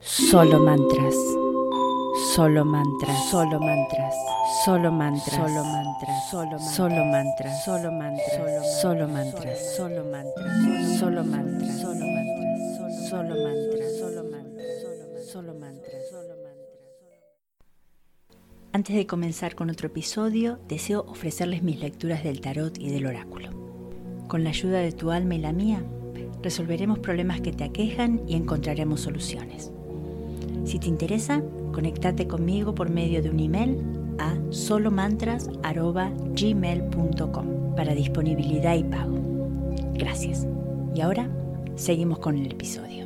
Solo mantras, solo mantras, solo mantras, solo mantras, solo mantras, solo mantras, solo mantras, solo mantras, solo mantras, solo mantras, solo mantras, solo mantras, solo mantras, solo mantras. Antes de comenzar con otro episodio, deseo ofrecerles mis lecturas del tarot y del oráculo. Con la ayuda de tu alma y la mía, resolveremos problemas que te aquejan y encontraremos soluciones. Si te interesa, conéctate conmigo por medio de un email a solomantras@gmail.com para disponibilidad y pago. Gracias. Y ahora, seguimos con el episodio.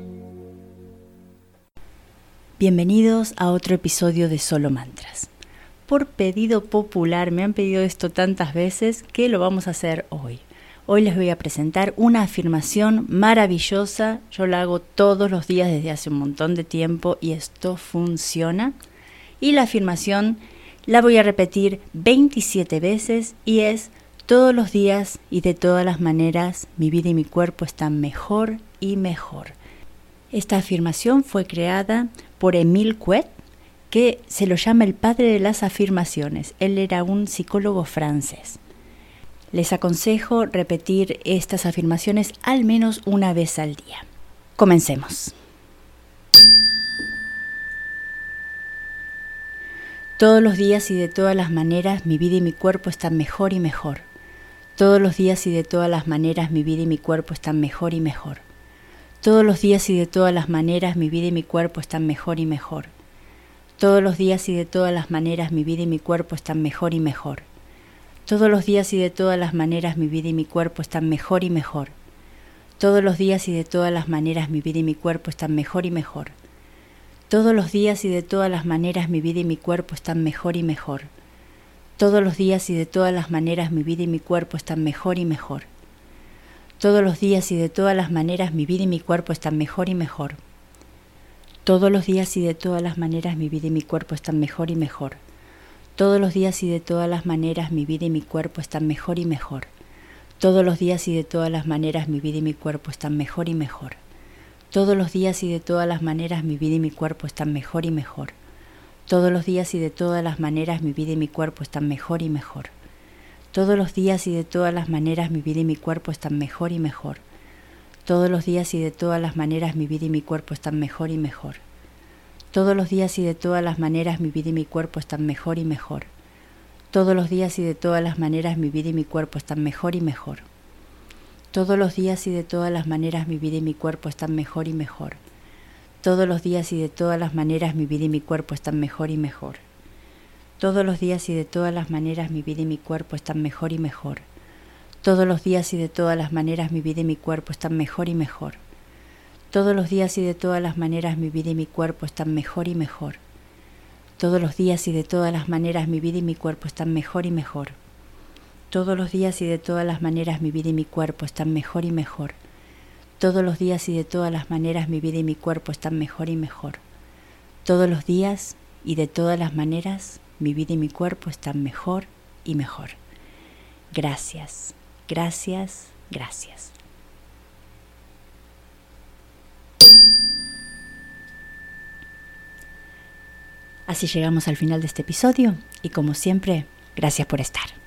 Bienvenidos a otro episodio de Solo Mantras. Por pedido popular, me han pedido esto tantas veces que lo vamos a hacer hoy. Hoy les voy a presentar una afirmación maravillosa. Yo la hago todos los días desde hace un montón de tiempo y esto funciona. Y la afirmación la voy a repetir 27 veces y es: todos los días y de todas las maneras mi vida y mi cuerpo están mejor y mejor. Esta afirmación fue creada por Émile Coué, que se lo llama el padre de las afirmaciones. Él era un psicólogo francés. Les aconsejo repetir estas afirmaciones al menos una vez al día. Comencemos. Todos los días y de todas las maneras mi vida y mi cuerpo están mejor y mejor. Todos los días y de todas las maneras mi vida y mi cuerpo están mejor y mejor. Todos los días y de todas las maneras mi vida y mi cuerpo están mejor y mejor. Todos los días y de todas las maneras mi vida y mi cuerpo están mejor y mejor. Todos los días y de todas las maneras mi vida y mi cuerpo están mejor y mejor. Todos los días y de todas las maneras mi vida y mi cuerpo están mejor y mejor. Todos los días y de todas las maneras mi vida y mi cuerpo están mejor y mejor. Todos los días y de todas las maneras mi vida y mi cuerpo están mejor y mejor. Todos los días y de todas las maneras mi vida y mi cuerpo están mejor y mejor. Todos los días y de todas las maneras mi vida y mi cuerpo están mejor y mejor. Todos los días y de todas las maneras mi vida y mi cuerpo están mejor y mejor. Todos los días y de todas las maneras mi vida y mi cuerpo están mejor y mejor. Todos los días y de todas las maneras mi vida y mi cuerpo están mejor y mejor. Todos los días y de todas las maneras mi vida y mi cuerpo están mejor y mejor. Todos los días y de todas las maneras mi vida y mi cuerpo están mejor y mejor. Todos los días y de todas las maneras mi vida y mi cuerpo están mejor y mejor. Todos los días y de todas las maneras mi vida y mi cuerpo están mejor y mejor. Todos los días y de todas las maneras mi vida y mi cuerpo están mejor y mejor. Todos los días y de todas las maneras mi vida y mi cuerpo están mejor y mejor. Todos los días y de todas las maneras mi vida y mi cuerpo están mejor y mejor. Todos los días y de todas las maneras mi vida y mi cuerpo están mejor y mejor. Todos los días y de todas las maneras mi vida y mi cuerpo están mejor y mejor. Todos los días y de todas las maneras mi vida y mi cuerpo están mejor y mejor. Todos los días y de todas las maneras mi vida y mi cuerpo están mejor y mejor. Todos los días y de todas las maneras mi vida y mi cuerpo están mejor y mejor. Todos los días y de todas las maneras mi vida y mi cuerpo están mejor y mejor. Todos los días y de todas las maneras mi vida y mi cuerpo están mejor y mejor. Gracias, gracias, gracias. Así llegamos al final de este episodio y como siempre, gracias por estar.